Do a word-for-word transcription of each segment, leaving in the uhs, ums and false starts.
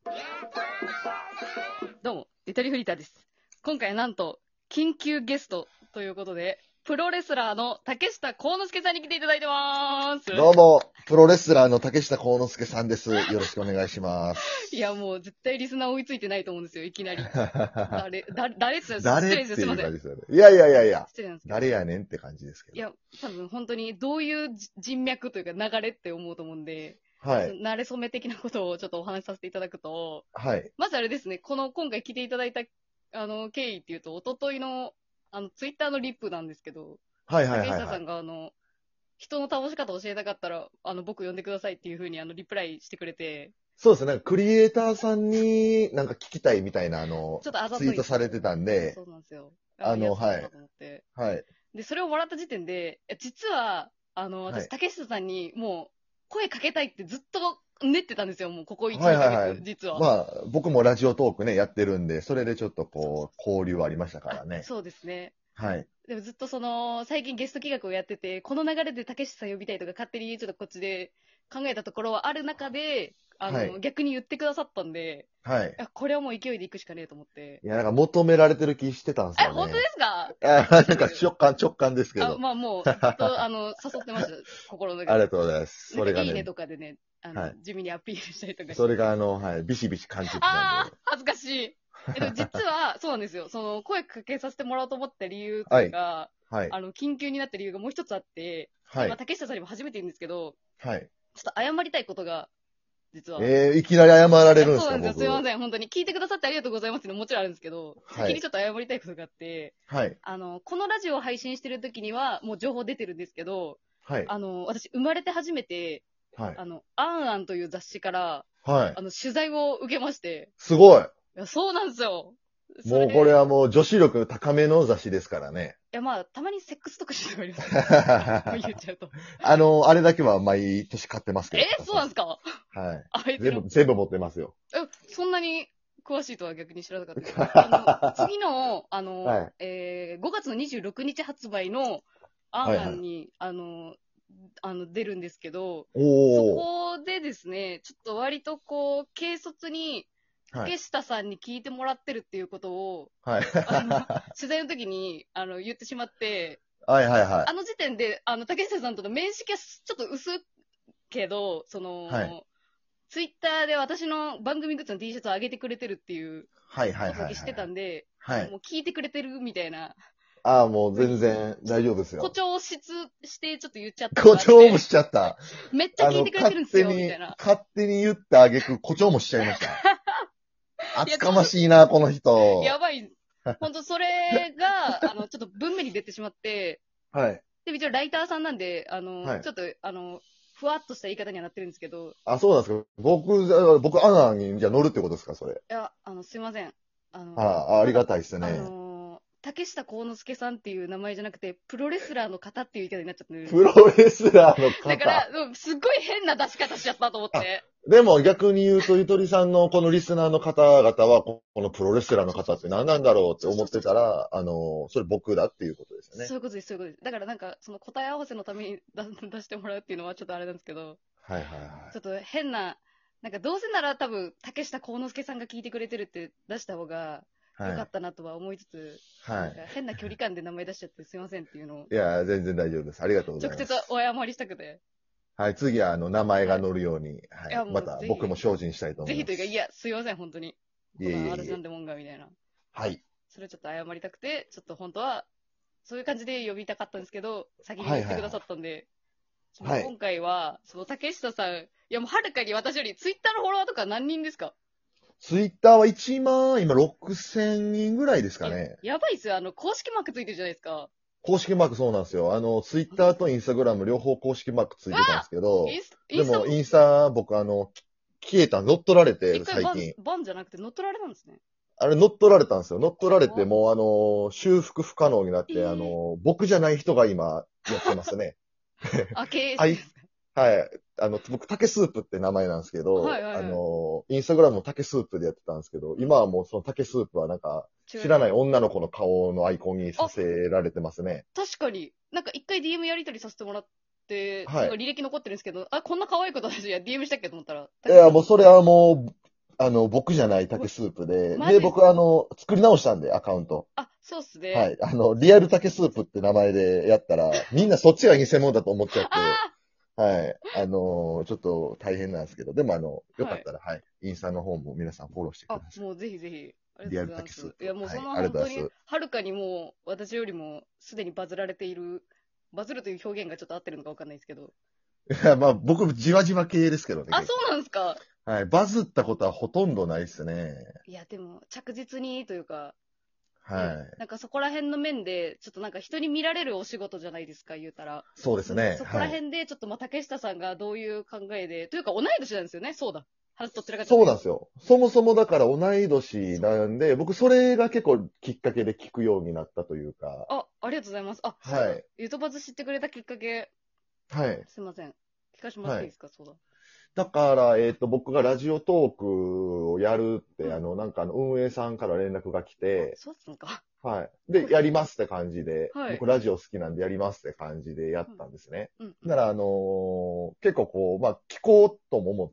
どうも、ゆとりフリーターです。今回はなんと、緊急ゲストということで、プロレスラーの竹下幸之助さんに来ていただいてまーす。 どうも、プロレスラーの竹下幸之助さんです。よろしくお願いします。 いや、もう絶対リスナー追いついてないと思うんですよ、いきなり。誰、だ誰って言ったら失誰礼です。 ってすいません。 いう感じですよね。いやいやいやいや、 失礼なんですけど。 誰やねんって感じですけど。 いや、多分本当にどういう人脈というか流れって思うと思うんで、 はい。 慣れ初め的なことをちょっとお話しさせていただくと、 はい。 まずあれですね、この今回来ていただいた、あの、経緯っていうと、おとといの、あの、ツイッターのリップなんですけど、 はいはい竹下さんはいはい。 があの、人の倒し方を教えたかったら、あの、僕呼んでくださいっていう風にあの、リプライしてくれて、 そうですね。なんかクリエイターさんになんか聞きたいみたいなあの、 ちょっとあざツイーといんですよ。 トされてたんで、 そうなんですよ。あ、 あの、 いや、そうはい。 だと思って。 はい。 で、それをもらった時点で、いや実は、あの、私、 はい。 竹下さんにもう、声かけたいってずっと練ってたんですよ、もう、ここいち、2 はいはいはい。 ヶ月、実は。 まあ、僕もラジオトークね、やってるんで、それでちょっとこう、交流ありましたかあ、 らね。 そうですね。 はい。 でもずっとその、最近ゲスト企画をやってて、この流れで竹下さん呼びたいとか勝手にちょっとこっちで考えたところはある中で、あの、 はい。 逆に言ってくださったんで、 はい。 いやこれはもう勢いで行くしかねえと思って。 いや、なんか求められてる気してたんですえ、 よね。 本当ですか？ あ、 マジで。 なんか直感、直感ですけあ、 ど。 まあもう、ずっと、あの、誘ってました。心の中で。 ありがとうございます。 なんか、 それがね、 いいねとかでね、あの、 はい。 地味にアピールしたりとかしてて。 それがあの、はい、ビシビシ感じてたんで。 あー、恥ずかしい。え、でも実は、そうなんですよ。その、声かけさせてもらおうと思った理由といはい、 うか、 はい、 あの、緊急になった理由がもう一つあって、で、まあ、 はい、 竹下さんにも初めて言うんですけど、 はい。 ちょっと謝りたいことが、実は。 えー、いきなり謝られいや、 るんですか、 そうなんですよ。すいま僕。 せん。本当に。聞いてくださってありがとうございますっていうのももちろんあるんですけど、 はい、 先にちょっと謝りたいことがあって、 はい、 あの、このラジオを配信してる時には、もう情報出てるんですけど、 はい、 あの、私、生まれて初めて、 はい、 あの、アンアンという雑誌から、 はい。 あの、取材を受けまして、 すごい。 いや、そうなんですよ。それ、 もうこれはいもう女子力高めの雑誌ですからね。 や、まあ、たまにセックス特集とかありますけど、あの言っちゃうと。 あの、あれだけは毎年買ってますけえど、片そうなんですっ端。 か？ はい。 あえての。 全部、全部持ってますよ。 え、そんなに詳しいとは逆に知らなかったです。あの、次の、あの、 はい。 えー、ごがつのにじゅうろくにち発売のアはいはい。 ンアンに、あの、あの、出るんですけど、そおー。 こでですね、ちょっと割とこう、軽率に、 はい。 竹下さんに聞いてもらってるっていうことを、 はい。 あの、取材の時に、あの、言ってしまって、 はいはいはあの時点で、あの、竹下さんとの面識はちょっと薄いけど、そい。はい。 の、ツイッターで私の番組グッズの T シャツを上げてくれてるっていうはいはいことだけ知ってはいはい。 たんで、 はい。 もう聞いてくれてるみたいなああ、もう風に、 全然大丈夫です誇よ。 張しつしてちょっと言っちゃったのがあって、 誇張もしちゃった。 めっちゃあの、 聞いてくれて勝るんですよ、みた手に、 いな。 勝手に言ってあげく誇張もしちゃいました。 いや、 厚かちょっと、 ましいな、この人。 やばい。ほんと、それが、あの、ちょっと文面に出てしまって、 はい。 で、一応ライターさんなんで、あの、 はい。 ちょっと、あの、ふわっとした言い方にはなってるんですけど、 あ、そうなんですか。僕、僕、アナに、じゃあ乗るってことですか、それ。 いや、あの、すいません。ああの、 あ、あまだ、 りがたいですあね。 の、竹下幸之助さんっていう名前じゃなくて、プロレスラーの方っていう言い方になっちゃってるんプロですよ。 レスラーのだから、 方。 うんすっごい変な出し方しちゃったと思っあ、 て。 でも逆に言うと、ゆとりさんのこのリスナーの方々は、ここのプロレスラーの方って何なんだろうって思ってたら、あの、それ僕だっていうことですよね。 そういうことです、そういうことです。だからなんか、その答え合わせのために出出してもらうっていうのはちょっとあれなんですけど、 はいはいはちょっと変な、なんかどうせなら多分、竹下幸之助さんが聞いてくれてるって出した方がい。はい。 良かったなとは思いつつ、なんかはい。 変な距離感で名前出しちゃってすいませんっていうのを、 いや、全然大丈夫です。ありがとうござ直接います。 お謝りしたくて。 はい。次は、あの、名前はい。 が載るように、はいや、 い。まもうぜひ、 た僕も精進したいとぜひというか、い思います。 や、すいません、本当に。 いこんなえいえいえ。 私なんでもんが、みたいな。 はい。 それちょっと謝りたくて、ちょっと本当は、そういう感じで呼びたかったんですけど、先にはいはいは言ってくださったんで、 い。はい。 今回は、その竹下さん、いやもうはるかに私より、ツイッターのフォロワーとか何人ですか？ ツイッターはいちまん、今ろくせんにんぐらいですかいや、 ね。 やばいっすよ。あの、公式マークついてるじゃないですか。 公式マークそうなんですよ。あの、ツイッターとインスタグラム両方公式マークついてたんですけど、 インス、インスタもでもインスタ僕あの、消えた、乗っ取られて、 一回バン、 最近。 バンじゃなくて乗っ取られたんですね。 あれ乗っ取られたんですよ。乗っ取られて、 怖っ。 もうあの、修復不可能になって、あえー、 の、僕じゃない人が今、やってますね。 あ、経営しはい。 てるんですか？ はい。あの、僕、竹スープって名前なんですけど、あはいはいはい。 の、インスタグラムも竹スープでやってたんですけど、今はもうその竹スープはなんか、 違います。 知らない女の子の顔のアイコンにさあ、 せられてますね。 確かに。なんか一回 ディーエム やり取りさせてもらって、 はい。 なんか履歴残ってるんですけど、あ、こんな可愛い子たちや ディーエム したっけと思ったら、 いや、もう竹下さん。 それはもう、 あの、僕じゃない竹スープで、で、 マジですか僕あの、作り直したんで、アカウント。 あ、そうっすね。 はい。あの、リアル竹スープって名前でやったら、みんなそっちが偽物だと思っちゃって、 あはい。あのーちょっと大変なんですけど、でもあの、 あはい。 よかったら、はい。インスタの方も皆さんフォローしてくあ、 ださい。 もうぜひぜひ。ありがリアルとうございま竹スープ。 す。いや、もうはい。 そのありがとう本当に、 ございます。 はるかにもう、私よりも、すでにバズられている、バズるという表現がちょっと合ってるのかわかんないですけど。 いや、まあ、僕、じわじわ系ですけどね、 あ、 結そうなんですか。 構。はい。バズったことはほとんどないですね。 いや、でも、着実にというか、ね、 はい。 なんかそこら辺の面で、ちょっとなんか人に見られるお仕事じゃないですか、言うたら。 そうですね。 そこらはい。 辺で、ちょっとまあ、竹下さんがどういう考えで、というか同い年なんですよね、そうだ。話どちらかというと。 そうなんですよ。そもそもだから同い年なんで、僕それが結構きっかけで聞くようになったというか、 あ、ありがとうございます。あ、そうだ。 はい。 ゆとばず知ってくれたきっかけ、 はい。 すいません。聞かせてもらっはい。 ていいですか、そうだ。 だから、えっと、僕がラジオトークをやるって、 うんあの、なんかあの、運営さんから連絡が来あ、 て、 そうっすんか。 はい。で、やりますって感じで、 はい。 僕ラジオ好きなんでやりますって感じでやっうん、 たんですね。 うん、 なら、あのー結構こう、まあ、聞こうとも思って、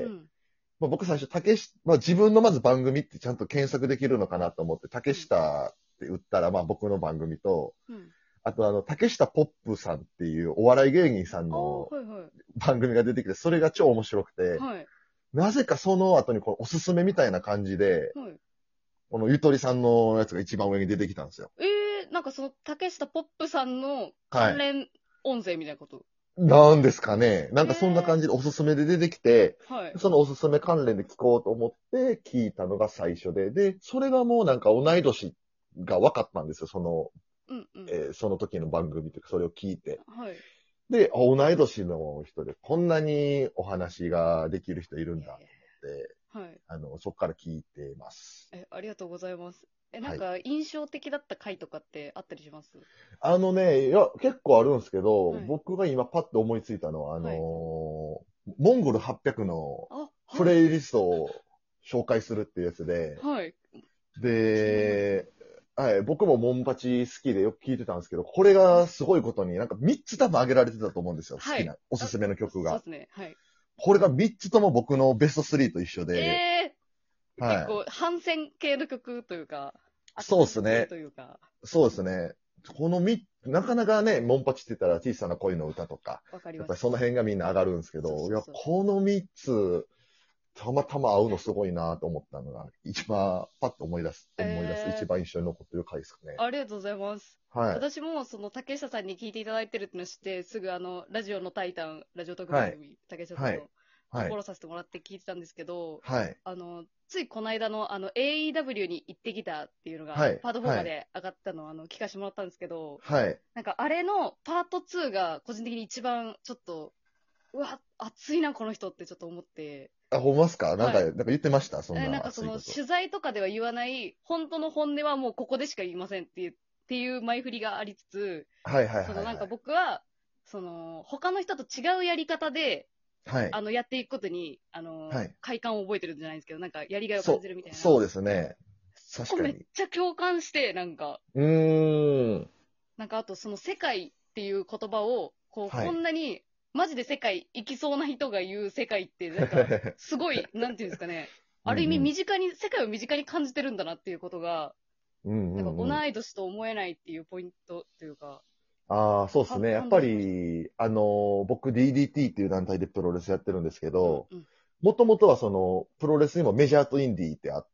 うん、 まあ、僕最初、竹下、まあ、自分のまず番組ってちゃんと検索できるのかなと思って、竹下って打ったら、まあ、僕の番組と、 うん。 あとあの、竹下ポップさんっていうお笑い芸人さんああ、 のはいはい。 番組が出てきて、それが超面白くて、 はい。 なぜかその後にこのおすすめみたいな感じで、 はい。 このゆとりさんのやつが一番上に出てきたんですよ。 ええー、なんかその竹下ポップさんのはい。 関連音声みたいなこと。 なんですかね。なんかそんなええ感じでおすすめで出てきて、 ー、はい。 そのおすすめ関連で聞こうと思って聞いたのが最初で、で、それがもうなんか同い年が分かったんですよ。その、 うんうん。 えーその時の番組というか、それを聞いて。 はい。 で、あ同い年の人でこんなにお話ができる人いるんだといやいや思って、 はい。 あの、そこから聞いてます。 え、ありがとうございます。え、なんはい。 か印象的だった回とかってあったりしますあのね、いや、結構あるんですけど、 はい。 僕が今パッと思いついたのは、あのーはい。 モンゴルはっぴゃくのあ、はい。 プレイリストを紹介するっていうやつで、 はい。気になりますね。 で、はい、僕もモンパチ好きでよく聞いてたんですけど、これがすごいことに、なんかみっつ多分挙げられてたと思うんですよ。好はい。 きな、おすあ、 すめの曲が。 そうですね。はい。 これがみっつとも僕のベストスリーと一緒で、 えー、結はい。 構反戦系の曲というか、アそうクション系ですね。 というか、 そうですね。このみ、なかなかね、モンパチって言ったら小さな恋の歌とか、 わかります。 やっぱりその辺がみんな上がるんですけど、いや、 そうそうそう。 このみっつ、たまたま合うのすごいなと思ったのが、一番パッと思い出す、思い出す、 えー、 一番印象に残ってる回ですかね。 ありがとうございます。 はい。 私もその竹下さんに聞いていただいてるってのを知って、すぐあの、ラジオのタイタン、ラジオ特はい。 番組、竹下さはい。 んの、あの、 はい。 フォローさせてもらって聞いてたんですけど、 はい。 あの、ついこの間のあの、エーイーダブリュー に行ってきたっていうのが、 はい。 パートフォーはい。 まで上がったのをあの、聞かせてもらったんですけど、 はい。 なんかあれのパートツーが個人的に一番ちょっと、うわ、熱いな、この人ってちょっと思って、 あ、ほんまっすかなんか、 はい。 なんか言ってましたそんえ、なんなかその熱いこと。 取材とかでは言わない、本当の本音はもうここでしか言いませんっていう、っていう前振りがありつつ、 はいはいそのなんかはいはい。 僕は、その他の人と違うやり方で、 はい。 あの、やっていくことに、あの、 はい。 快感を覚えてるんじゃないんですけど、なんかやりがいを感じそう、 るみたいな。 そうですね。 そこめっ確かに。 ちゃ共感して、なんか、 うーん。 なんかあとその世界っていう言葉を、こう、こはい。 んなに、マジで世界行きそうな人が言う世界って、なんか、すごい、なんていうんですかね、ある意味うんうん。 身近に、世界を身近に感じてるんだなっていうことが、 うんうなんかんうん。 同い年と思えないっていうポイントというか、 ああ、そうですかね。やっぱ感動しました。 り、あのー僕 ディーディーティー っていう団体でプロレスやってるんですけど、 うんうん。 もともとはその、プロレスにもメジャーとインディーってあって、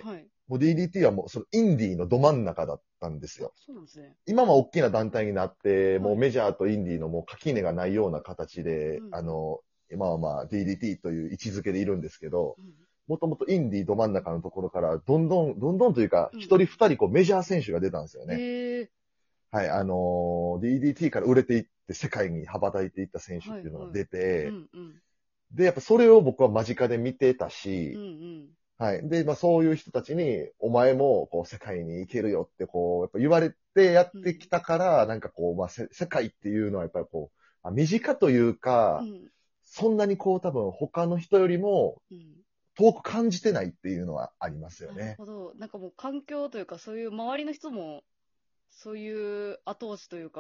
はい。 もう ディーディーティー はもうそのインディーのど真ん中だったんですあ、 よ。 そうなんですね。 今は大きな団体になって、もはい。 うメジャーとインディーのもう垣根がないような形で、 うんうん。 あの、今はまあ ディーディーティー という位置づけでいるんですけど、 うんもともとインディーど真ん中のところから、どんどん、どんどんというか、 うん一人二人こうメジャー選手が出たんですようん。 ね。 へえ。 はい、あのー ディーディーティー から売れていって世界に羽ばたいていった選手っはいはい。 ていうのが出うて、 んうん。 で、やっぱそれを僕は間近で見てたうんし、 うん。 はい。で、まあそういう人たちに、お前もこう世界に行けるよってこう、やっぱ言われてやってきたから、なんかこう、まあせ世界っていうのはやっぱりこう、あ身近というか、 うん。 そんなにこう多分他の人よりもうん。 遠く感じてないっていうのはありますよなるね。 ほど。なんかもう環境というか、そういう周りの人も、そういう後押しというか、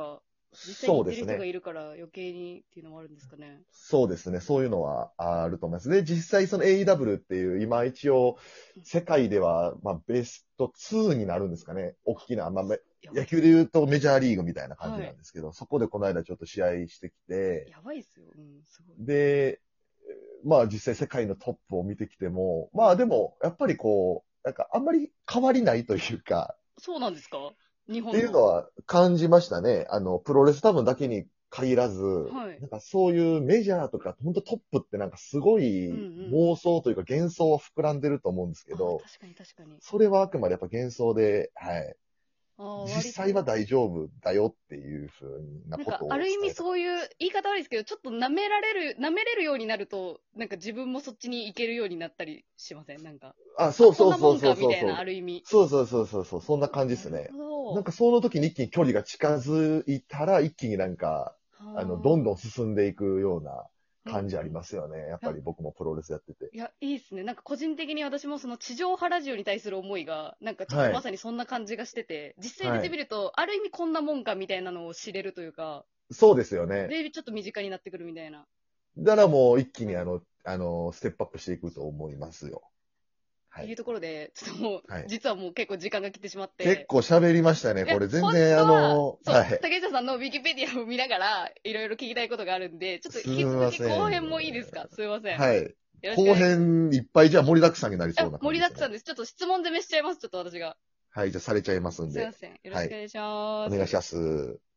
実際に行ってる人がいるから余計にっていうのもあるんですかね。 そうですね。そういうのはあると思います。で、実際その エーイーダブリュー っていう、今一応、世界では、まあ、ベストにになるんですかね。大きな、まあ、野球で言うとメジャーリーグみたいな感じなんですけど、はい、そこでこの間ちょっと試合してきて、 やばいっすよ。うん、すごい。 で、まあ実際世界のトップを見てきても、まあでも、やっぱりこう、なんかあんまり変わりないというか、 そうなんですか？日本っていうのは感じましたね。あの、プロレス多分だけに限らず、はい、なんかそういうメジャーとか、本当トップってなんかすごい妄想というか幻想は膨らんでると思うんですけど、 うんうん、確かに確かに。 それはあくまでやっぱ幻想で、はい。実際は大丈夫だよっていうふうなことを。 なんかある意味そういう、言い方悪いですけど、ちょっと舐められる、舐めれるようになると、なんか自分もそっちに行けるようになったりしません？なんか。 あ、そうそうそうそうそう。 こんなもんかみたいな、ある意味。 そうそうそうそうそう、そんな感じですね。なんかその時に一気に距離が近づいたら、一気になんか、あの、どんどん進んでいくような感じありますよね。うん、やっぱり僕もプロレスやってて。 いや、いいですね。なんか個人的に私もその地上波ラジオに対する思いが、なんかちょっとまさにそんな感じがしてて、はい、実際出てみると、はい、ある意味こんなもんかみたいなのを知れるというか。 そうですよね。 で、ちょっと身近になってくるみたいな。 だからもう一気にあの、うん、あの、ステップアップしていくと思いますよ。 はい。いうところで、ちょっともう、はい、実はもう結構時間が来てしまって。 結構喋りましたね、これ。全然、あの、 そう、はい、竹下さんのウィキペディアを見ながら、いろいろ聞きたいことがあるんで、ちょっと引き続き後編もいいですか？すいません。 はい。後編いっぱいじゃ盛りだくさんになりそうな感じ、ね、 盛りだくさんです。ちょっと質問攻めしちゃいます、ちょっと私が。 はい、じゃあされちゃいますんで。 すいません。よろしくお願いします。 はい、お願いします。